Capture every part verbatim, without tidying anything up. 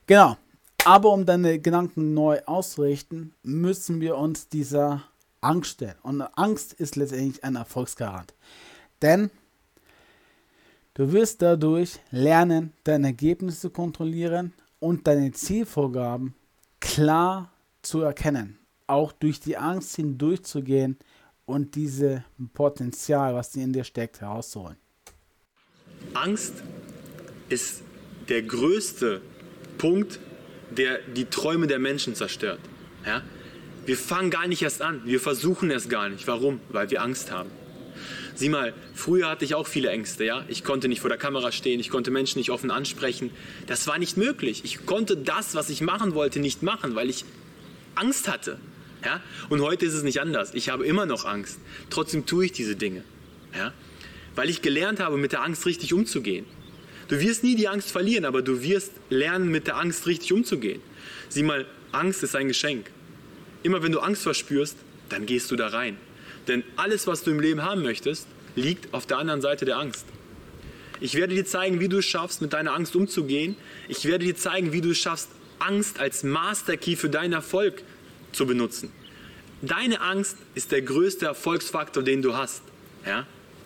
Genau. Aber um deine Gedanken neu auszurichten, müssen wir uns dieser Angst stellen. Und Angst ist letztendlich ein Erfolgsgarant. Denn du wirst dadurch lernen, deine Ergebnisse zu kontrollieren und deine Zielvorgaben klar zu erkennen. Auch durch die Angst hindurchzugehen und diese Potenzial, was in dir steckt, herauszuholen. Angst ist der größte Punkt, der die Träume der Menschen zerstört. Ja? Wir fangen gar nicht erst an, wir versuchen es gar nicht. Warum? Weil wir Angst haben. Sieh mal, früher hatte ich auch viele Ängste. Ja? Ich konnte nicht vor der Kamera stehen, ich konnte Menschen nicht offen ansprechen. Das war nicht möglich. Ich konnte das, was ich machen wollte, nicht machen, weil ich Angst hatte. Ja? Und heute ist es nicht anders. Ich habe immer noch Angst. Trotzdem tue ich diese Dinge. Ja? Weil ich gelernt habe, mit der Angst richtig umzugehen. Du wirst nie die Angst verlieren, aber du wirst lernen, mit der Angst richtig umzugehen. Sieh mal, Angst ist ein Geschenk. Immer wenn du Angst verspürst, dann gehst du da rein. Denn alles, was du im Leben haben möchtest, liegt auf der anderen Seite der Angst. Ich werde dir zeigen, wie du es schaffst, mit deiner Angst umzugehen. Ich werde dir zeigen, wie du es schaffst, Angst als Master Key für deinen Erfolg zu benutzen. Deine Angst ist der größte Erfolgsfaktor, den du hast. Ja?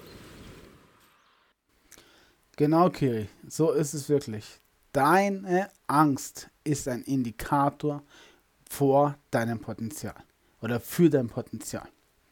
Genau, Kiri, so ist es wirklich. Deine Angst ist ein Indikator vor deinem Potenzial oder für dein Potenzial.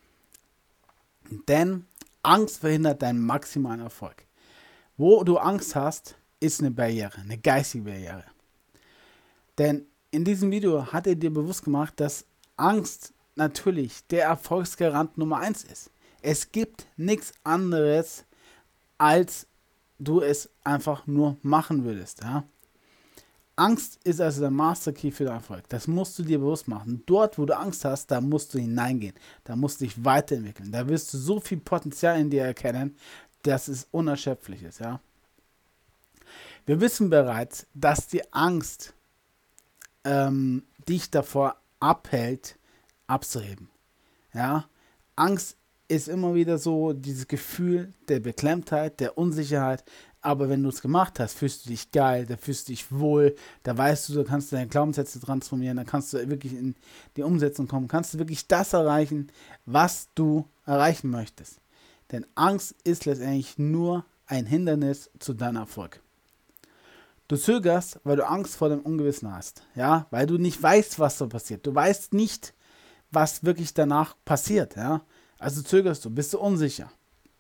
Denn Angst verhindert deinen maximalen Erfolg. Wo du Angst hast, ist eine Barriere, eine geistige Barriere. Denn in diesem Video hat er dir bewusst gemacht, dass Angst natürlich der Erfolgsgarant Nummer eins ist. Es gibt nichts anderes, als du es einfach nur machen würdest. Ja? Angst ist also der Master Key für den Erfolg. Das musst du dir bewusst machen. Dort, wo du Angst hast, da musst du hineingehen. Da musst du dich weiterentwickeln. Da wirst du so viel Potenzial in dir erkennen, dass es unerschöpflich ist. Ja? Wir wissen bereits, dass die Angst ähm, dich davor abhält, abzuheben. Ja? Angst ist immer wieder so dieses Gefühl der Beklemmtheit, der Unsicherheit. Aber wenn du es gemacht hast, fühlst du dich geil, da fühlst du dich wohl, da weißt du, da kannst du deine Glaubenssätze transformieren, da kannst du wirklich in die Umsetzung kommen, kannst du wirklich das erreichen, was du erreichen möchtest. Denn Angst ist letztendlich nur ein Hindernis zu deinem Erfolg. Du zögerst, weil du Angst vor dem Ungewissen hast, ja, weil du nicht weißt, was so passiert. Du weißt nicht, was wirklich danach passiert, ja. Also zögerst du, bist du unsicher.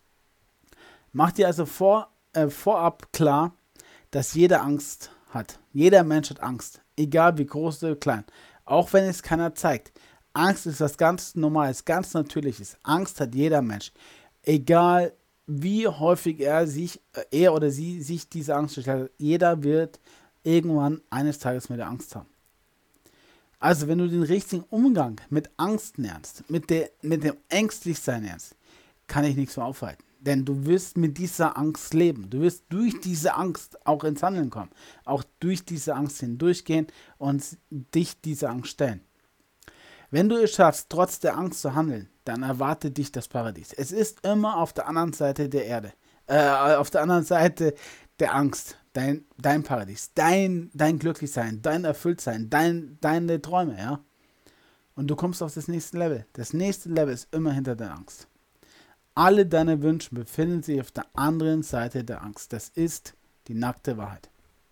Mach dir also vor, äh, vorab klar, dass jeder Angst hat. Jeder Mensch hat Angst, egal wie groß oder klein. Auch wenn es keiner zeigt. Angst ist was ganz Normales, ganz Natürliches. Angst hat jeder Mensch. Egal wie häufig er sich, äh, er oder sie sich diese Angst stellt. Jeder wird irgendwann eines Tages mit der Angst haben. Also wenn du den richtigen Umgang mit Angst lernst, mit, der, mit dem Ängstlichsein lernst, kann ich nichts mehr aufhalten. Denn du wirst mit dieser Angst leben. Du wirst durch diese Angst auch ins Handeln kommen. Auch durch diese Angst hindurchgehen und dich dieser Angst stellen. Wenn du es schaffst, trotz der Angst zu handeln, dann erwartet dich das Paradies. Es ist immer auf der anderen Seite der Erde. Äh, auf der anderen Seite der Angst. Dein, dein Paradies, dein, dein Glücklichsein, dein Erfülltsein, dein, deine Träume, ja. Und du kommst auf das nächste Level. Das nächste Level ist immer hinter der Angst. Alle deine Wünsche befinden sich auf der anderen Seite der Angst. Das ist die nackte Wahrheit.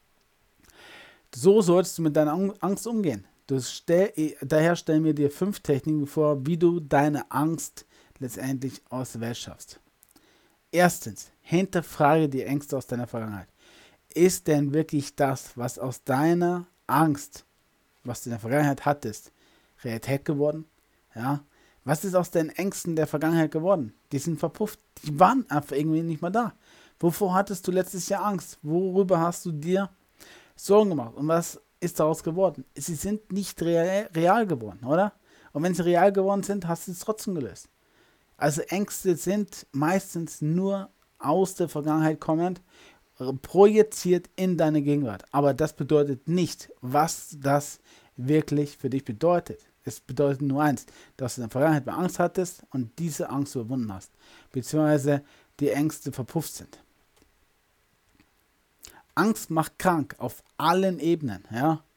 So sollst du mit deiner Angst umgehen. Du stell, daher stellen wir dir fünf Techniken vor, wie du deine Angst letztendlich aus der Welt schaffst. Erstens, hinterfrage die Ängste aus deiner Vergangenheit. Ist denn wirklich das, was aus deiner Angst, was du in der Vergangenheit hattest, Realität geworden? Ja? Was ist aus deinen Ängsten der Vergangenheit geworden? Die sind verpufft. Die waren einfach irgendwie nicht mehr da. Wovor hattest du letztes Jahr Angst? Worüber hast du dir Sorgen gemacht? Und was ist daraus geworden? Sie sind nicht real, real geworden, oder? Und wenn sie real geworden sind, hast du es trotzdem gelöst. Also Ängste sind meistens nur aus der Vergangenheit kommend, projiziert in deine Gegenwart. Aber das bedeutet nicht, was das wirklich für dich bedeutet. Es bedeutet nur eins, dass du in der Vergangenheit mehr Angst hattest und diese Angst überwunden hast. Beziehungsweise die Ängste verpufft sind. Angst macht krank auf allen Ebenen. Ja?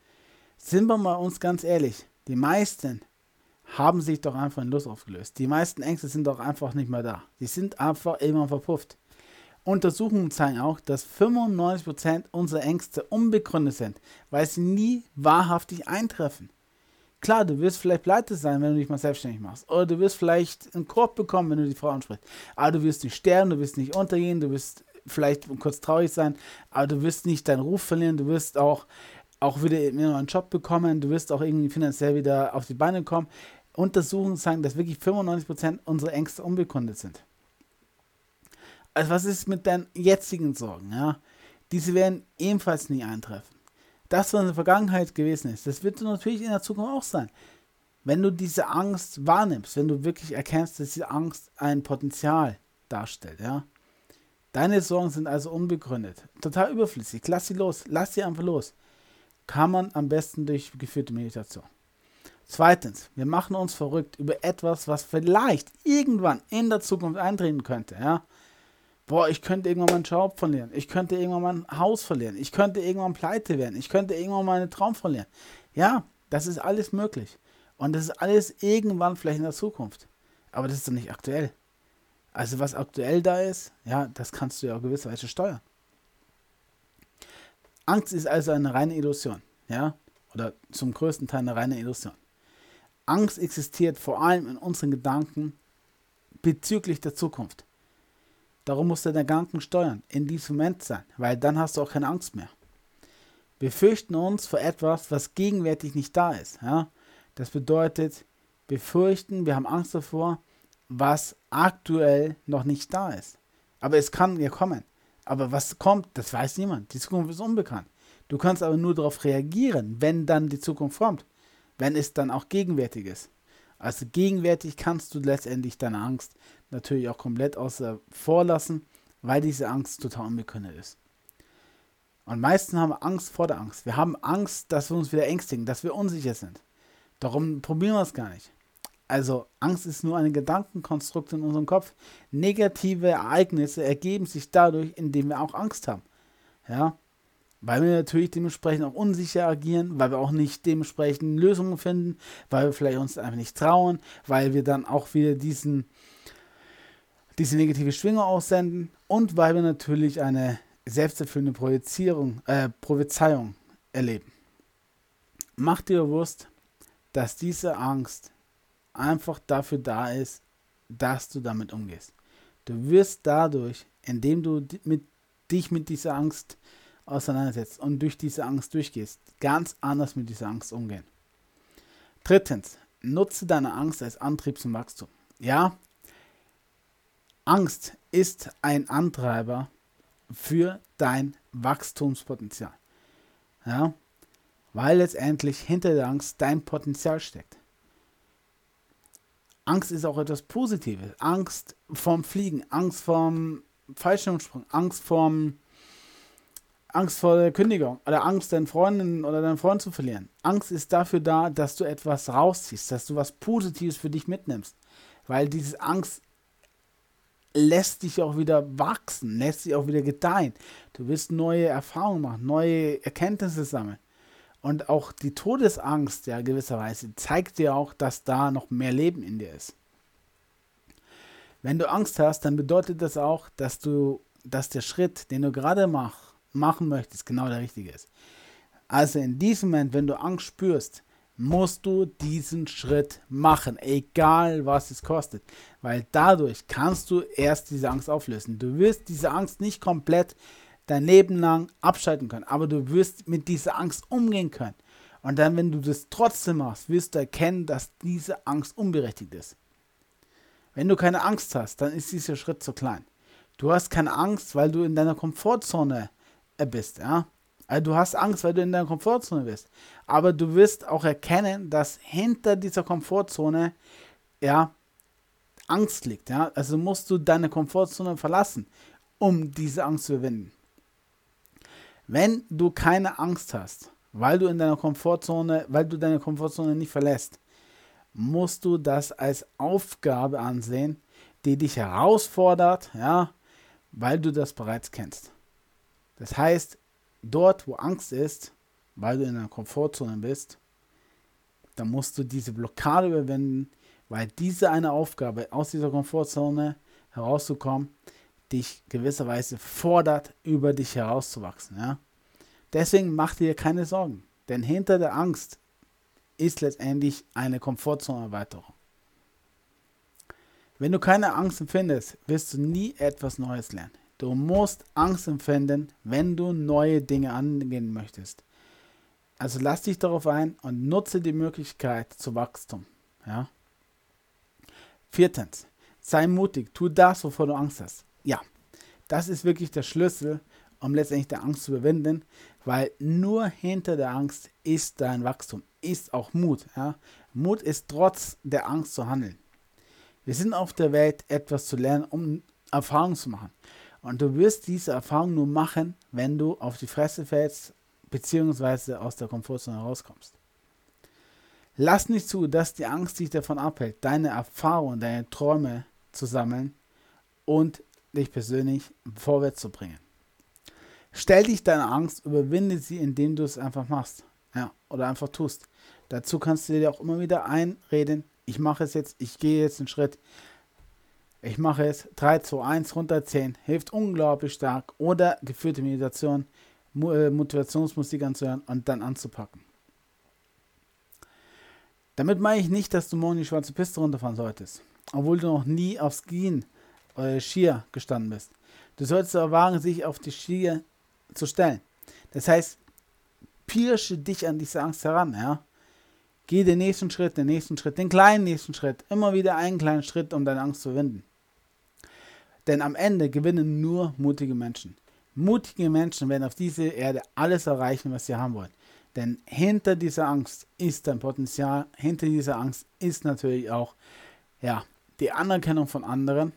Sind wir mal uns ganz ehrlich, die meisten haben sich doch einfach in Luft aufgelöst. Die meisten Ängste sind doch einfach nicht mehr da. Die sind einfach irgendwann verpufft. Untersuchungen zeigen auch, dass fünfundneunzig Prozent unserer Ängste unbegründet sind, weil sie nie wahrhaftig eintreffen. Klar, du wirst vielleicht pleite sein, wenn du dich mal selbstständig machst. Oder du wirst vielleicht einen Korb bekommen, wenn du die Frau ansprichst. Aber du wirst nicht sterben, du wirst nicht untergehen, du wirst vielleicht kurz traurig sein, aber du wirst nicht deinen Ruf verlieren, du wirst auch, auch wieder einen Job bekommen, du wirst auch irgendwie finanziell wieder auf die Beine kommen. Untersuchungen zeigen, dass wirklich fünfundneunzig Prozent unserer Ängste unbegründet sind. Also was ist mit deinen jetzigen Sorgen? Ja? Diese werden ebenfalls nie eintreffen. Das, was in der Vergangenheit gewesen ist, das wird natürlich in der Zukunft auch sein. Wenn du diese Angst wahrnimmst, wenn du wirklich erkennst, dass diese Angst ein Potenzial darstellt, ja. Deine Sorgen sind also unbegründet, total überflüssig. Lass sie los, lass sie einfach los. Kann man am besten durch geführte Meditation. Zweitens, wir machen uns verrückt über etwas, was vielleicht irgendwann in der Zukunft eintreten könnte, ja. Boah, ich könnte irgendwann meinen Job verlieren. Ich könnte irgendwann mein Haus verlieren. Ich könnte irgendwann pleite werden. Ich könnte irgendwann meinen Traum verlieren. Ja, das ist alles möglich. Und das ist alles irgendwann vielleicht in der Zukunft. Aber das ist doch nicht aktuell. Also was aktuell da ist, ja, das kannst du ja auf gewisse Weise steuern. Angst ist also eine reine Illusion. Ja, oder zum größten Teil eine reine Illusion. Angst existiert vor allem in unseren Gedanken bezüglich der Zukunft. Darum musst du deine Gedanken steuern, in diesem Moment sein, weil dann hast du auch keine Angst mehr. Wir fürchten uns vor etwas, was gegenwärtig nicht da ist. Ja? Das bedeutet, wir fürchten, wir haben Angst davor, was aktuell noch nicht da ist. Aber es kann ja kommen. Aber was kommt, das weiß niemand. Die Zukunft ist unbekannt. Du kannst aber nur darauf reagieren, wenn dann die Zukunft kommt. Wenn es dann auch gegenwärtig ist. Also gegenwärtig kannst du letztendlich deine Angst natürlich auch komplett außer vor lassen, weil diese Angst total unbegründet ist. Und meistens haben wir Angst vor der Angst. Wir haben Angst, dass wir uns wieder ängstigen, dass wir unsicher sind. Darum probieren wir es gar nicht. Also Angst ist nur ein Gedankenkonstrukt in unserem Kopf. Negative Ereignisse ergeben sich dadurch, indem wir auch Angst haben. Ja, weil wir natürlich dementsprechend auch unsicher agieren, weil wir auch nicht dementsprechend Lösungen finden, weil wir vielleicht uns einfach nicht trauen, weil wir dann auch wieder diesen, diese negative Schwingung aussenden und weil wir natürlich eine selbsterfüllende Projizierung, äh, Prophezeiung erleben. Mach dir bewusst, dass diese Angst einfach dafür da ist, dass du damit umgehst. Du wirst dadurch, indem du mit, dich mit dieser Angst auseinandersetzt und durch diese Angst durchgehst, ganz anders mit dieser Angst umgehen. Drittens, nutze deine Angst als Antrieb zum Wachstum. Ja, Angst ist ein Antreiber für dein Wachstumspotenzial. Ja, weil letztendlich hinter der Angst dein Potenzial steckt. Angst ist auch etwas Positives. Angst vorm Fliegen, Angst vorm Fallschirmsprung, Angst vorm Angst vor der Kündigung oder Angst, deinen Freundin oder deinen Freund zu verlieren. Angst ist dafür da, dass du etwas rausziehst, dass du was Positives für dich mitnimmst. Weil diese Angst lässt dich auch wieder wachsen, lässt dich auch wieder gedeihen. Du wirst neue Erfahrungen machen, neue Erkenntnisse sammeln. Und auch die Todesangst, ja, gewisserweise, zeigt dir auch, dass da noch mehr Leben in dir ist. Wenn du Angst hast, dann bedeutet das auch, dass du, dass der Schritt, den du gerade machst, machen möchtest, genau der richtige ist. Also in diesem Moment, wenn du Angst spürst, musst du diesen Schritt machen, egal was es kostet, weil dadurch kannst du erst diese Angst auflösen. Du wirst diese Angst nicht komplett dein Leben lang abschalten können, aber du wirst mit dieser Angst umgehen können. Und dann, wenn du das trotzdem machst, wirst du erkennen, dass diese Angst unberechtigt ist. Wenn du keine Angst hast, dann ist dieser Schritt zu klein. Du hast keine Angst, weil du in deiner Komfortzone bist, ja. Also du hast Angst, weil du in deiner Komfortzone bist. Aber du wirst auch erkennen, dass hinter dieser Komfortzone, ja, Angst liegt, ja. Also musst du deine Komfortzone verlassen, um diese Angst zu überwinden. Wenn du keine Angst hast, weil du in deiner Komfortzone, weil du deine Komfortzone nicht verlässt, musst du das als Aufgabe ansehen, die dich herausfordert, ja, weil du das bereits kennst. Das heißt, dort, wo Angst ist, weil du in einer Komfortzone bist, dann musst du diese Blockade überwinden, weil diese eine Aufgabe, aus dieser Komfortzone herauszukommen, dich gewisserweise fordert, über dich herauszuwachsen. Ja? Deswegen mach dir keine Sorgen, denn hinter der Angst ist letztendlich eine Komfortzonenerweiterung. Wenn du keine Angst empfindest, wirst du nie etwas Neues lernen. Du musst Angst empfinden, wenn du neue Dinge angehen möchtest. Also lass dich darauf ein und nutze die Möglichkeit zu Wachstum. Ja? Viertens, sei mutig, tu das, wovor du Angst hast. Ja, das ist wirklich der Schlüssel, um letztendlich die Angst zu überwinden, weil nur hinter der Angst ist dein Wachstum, ist auch Mut. Ja? Mut ist trotz der Angst zu handeln. Wir sind auf der Welt, etwas zu lernen, um Erfahrungen zu machen. Und du wirst diese Erfahrung nur machen, wenn du auf die Fresse fällst, beziehungsweise aus der Komfortzone rauskommst. Lass nicht zu, dass die Angst dich davon abhält, deine Erfahrungen, deine Träume zu sammeln und dich persönlich vorwärts zu bringen. Stell dich deiner Angst, überwinde sie, indem du es einfach machst. Ja, oder einfach tust. Dazu kannst du dir auch immer wieder einreden, ich mache es jetzt, ich gehe jetzt einen Schritt, ich mache es, drei, zwei, eins, runterzählen, hilft unglaublich stark. Oder geführte Meditation, Motivationsmusik anzuhören und dann anzupacken. Damit meine ich nicht, dass du morgen die schwarze Piste runterfahren solltest, obwohl du noch nie auf Skien oder Skier gestanden bist. Du solltest aber wagen, sich auf die Skier zu stellen. Das heißt, pirsche dich an diese Angst heran, ja. Geh den nächsten Schritt, den nächsten Schritt, den kleinen nächsten Schritt, immer wieder einen kleinen Schritt, um deine Angst zu überwinden. Denn am Ende gewinnen nur mutige Menschen. Mutige Menschen werden auf dieser Erde alles erreichen, was sie haben wollen. Denn hinter dieser Angst ist dein Potenzial, hinter dieser Angst ist natürlich auch ja, die Anerkennung von anderen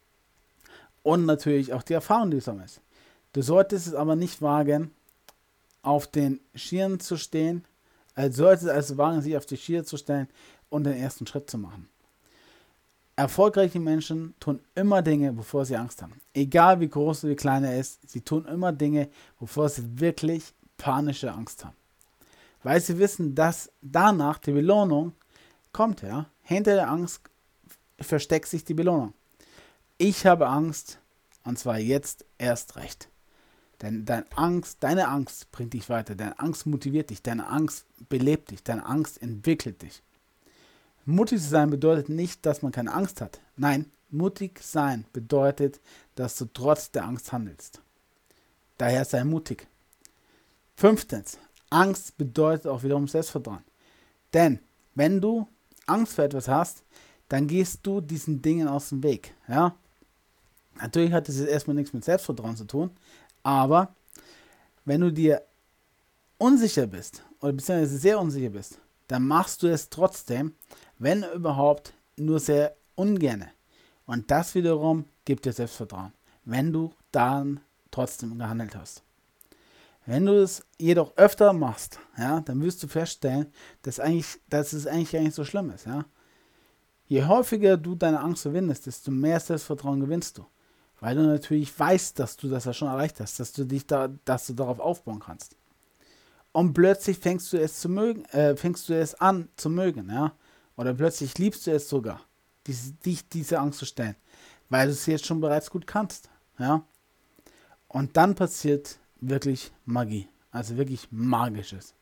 und natürlich auch die Erfahrung, die du sammelst. Du solltest es aber nicht wagen, auf den Skiern zu stehen, also solltest also wagen, sich auf die Skier zu stellen und den ersten Schritt zu machen. Erfolgreiche Menschen tun immer Dinge, bevor sie Angst haben. Egal wie groß oder wie klein er ist, sie tun immer Dinge, bevor sie wirklich panische Angst haben. Weil sie wissen, dass danach die Belohnung kommt. Ja? Hinter der Angst versteckt sich die Belohnung. Ich habe Angst, und zwar jetzt erst recht. Denn deine Angst, deine Angst bringt dich weiter, deine Angst motiviert dich, deine Angst belebt dich, deine Angst entwickelt dich. Mutig zu sein bedeutet nicht, dass man keine Angst hat. Nein, mutig sein bedeutet, dass du trotz der Angst handelst. Daher sei mutig. Fünftens, Angst bedeutet auch wiederum Selbstvertrauen. Denn wenn du Angst vor etwas hast, dann gehst du diesen Dingen aus dem Weg. Ja? Natürlich hat das jetzt erstmal nichts mit Selbstvertrauen zu tun, aber wenn du dir unsicher bist oder beziehungsweise sehr unsicher bist, dann machst du es trotzdem, wenn überhaupt, nur sehr ungerne. Und das wiederum gibt dir Selbstvertrauen, wenn du dann trotzdem gehandelt hast. Wenn du es jedoch öfter machst, ja, dann wirst du feststellen, dass, eigentlich, dass es eigentlich gar nicht so schlimm ist. Ja. Je häufiger du deine Angst überwindest, desto mehr Selbstvertrauen gewinnst du. Weil du natürlich weißt, dass du das ja schon erreicht hast, dass du dich da, dass du darauf aufbauen kannst. Und plötzlich fängst du es zu mögen, äh, fängst du es an zu mögen, ja. Oder plötzlich liebst du es sogar, diese, dich diese Angst zu stellen, weil du es jetzt schon bereits gut kannst, ja. Und dann passiert wirklich Magie, also wirklich Magisches.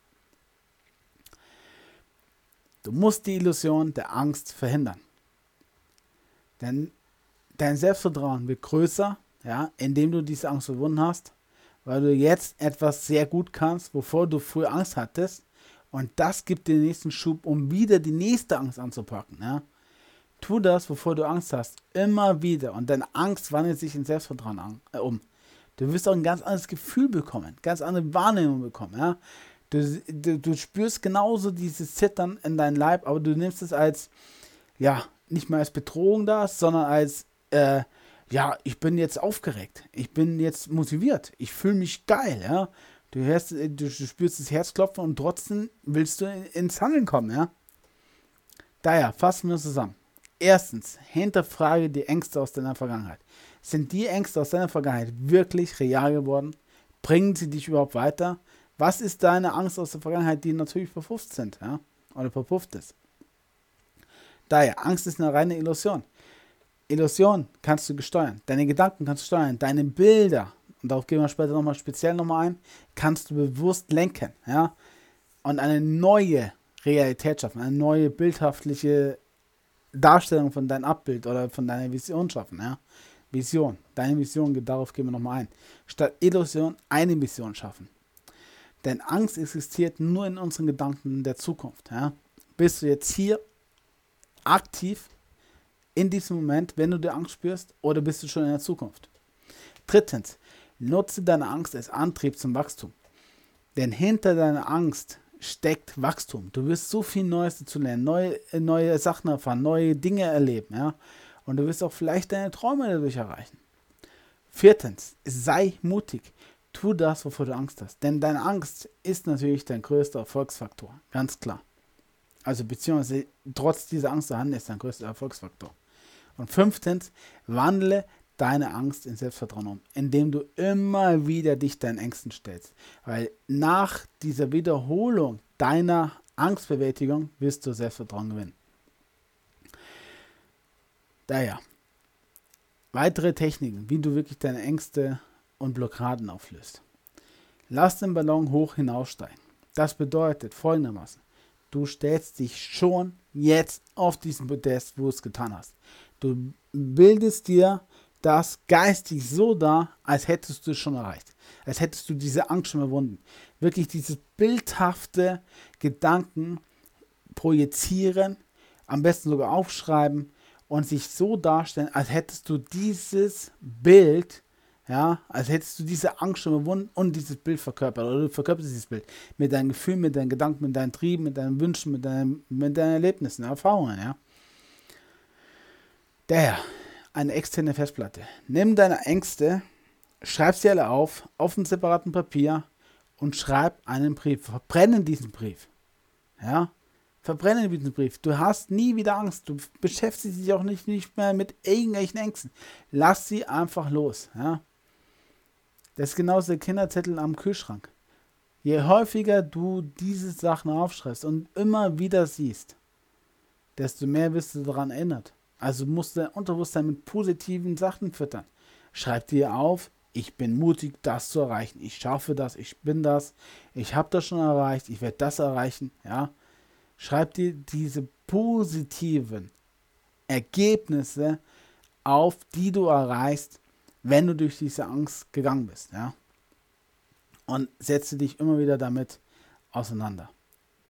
Du musst die Illusion der Angst verhindern. Denn dein Selbstvertrauen wird größer, ja, indem du diese Angst überwunden hast, weil du jetzt etwas sehr gut kannst, wovor du früher Angst hattest. Und das gibt dir den nächsten Schub, um wieder die nächste Angst anzupacken. Ja. Tu das, wovor du Angst hast, immer wieder. Und deine Angst wandelt sich in Selbstvertrauen an, äh, um. Du wirst auch ein ganz anderes Gefühl bekommen, ganz andere Wahrnehmung bekommen. Ja. Du, du, du spürst genauso dieses Zittern in deinem Leib, aber du nimmst es als, ja, nicht mehr als Bedrohung da, sondern als, äh, ja, ich bin jetzt aufgeregt, ich bin jetzt motiviert, ich fühle mich geil, ja. Du hörst, du, du spürst das Herzklopfen und trotzdem willst du ins Handeln kommen, ja. Daher, fassen wir zusammen. Erstens, hinterfrage die Ängste aus deiner Vergangenheit. Sind die Ängste aus deiner Vergangenheit wirklich real geworden? Bringen sie dich überhaupt weiter? Was ist deine Angst aus der Vergangenheit, die natürlich verpufft sind, ja? Oder verpufft ist? Daher, Angst ist eine reine Illusion. Illusion kannst du gesteuern. Deine Gedanken kannst du steuern. Deine Bilder, und darauf gehen wir später nochmal speziell nochmal ein, kannst du bewusst lenken, ja? Und eine neue Realität schaffen, eine neue bildhaftliche Darstellung von deinem Abbild oder von deiner Vision schaffen, ja? Vision, deine Vision, darauf gehen wir nochmal ein. Statt Illusion eine Vision schaffen. Denn Angst existiert nur in unseren Gedanken der Zukunft. Ja? Bist du jetzt hier aktiv in diesem Moment, wenn du die Angst spürst, oder bist du schon in der Zukunft? Drittens, nutze deine Angst als Antrieb zum Wachstum. Denn hinter deiner Angst steckt Wachstum. Du wirst so viel Neues dazu lernen, neue, neue Sachen erfahren, neue Dinge erleben. Ja? Und du wirst auch vielleicht deine Träume dadurch erreichen. Viertens, sei mutig. Tu das, wovor du Angst hast. Denn deine Angst ist natürlich dein größter Erfolgsfaktor. Ganz klar. Also beziehungsweise trotz dieser Angst vorhanden ist dein größter Erfolgsfaktor. Und fünftens, wandle deine Angst in Selbstvertrauen um, indem du immer wieder dich deinen Ängsten stellst. Weil nach dieser Wiederholung deiner Angstbewältigung wirst du Selbstvertrauen gewinnen. Daher, weitere Techniken, wie du wirklich deine Ängste und Blockaden auflöst. Lass den Ballon hoch hinaussteigen. Das bedeutet folgendermaßen: Du stellst dich schon jetzt auf diesen Podest, wo du es getan hast. Du bildest dir das geistig so dar, als hättest du es schon erreicht. Als hättest du diese Angst schon überwunden. Wirklich dieses bildhafte Gedanken projizieren, am besten sogar aufschreiben und sich so darstellen, als hättest du dieses Bild, ja, als hättest du diese Angst schon überwunden und dieses Bild verkörpert. Oder du verkörperst dieses Bild mit deinen Gefühlen, mit deinen Gedanken, mit deinen Trieben, mit deinen Wünschen, mit deinen, mit deinen Erlebnissen, Erfahrungen, ja. Daher, eine externe Festplatte. Nimm deine Ängste, schreib sie alle auf, auf einem separaten Papier und schreib einen Brief. Verbrenne diesen Brief. Ja, verbrenne diesen Brief. Du hast nie wieder Angst. Du beschäftigst dich auch nicht, nicht mehr mit irgendwelchen Ängsten. Lass sie einfach los. Ja. Das ist genauso der Kinderzettel am Kühlschrank. Je häufiger du diese Sachen aufschreibst und immer wieder siehst, desto mehr wirst du daran erinnert. Also musst du dein Unterbewusstsein mit positiven Sachen füttern. Schreib dir auf, ich bin mutig, das zu erreichen. Ich schaffe das, ich bin das, ich habe das schon erreicht, ich werde das erreichen. Ja? Schreib dir diese positiven Ergebnisse auf, die du erreichst, wenn du durch diese Angst gegangen bist. Ja? Und setze dich immer wieder damit auseinander.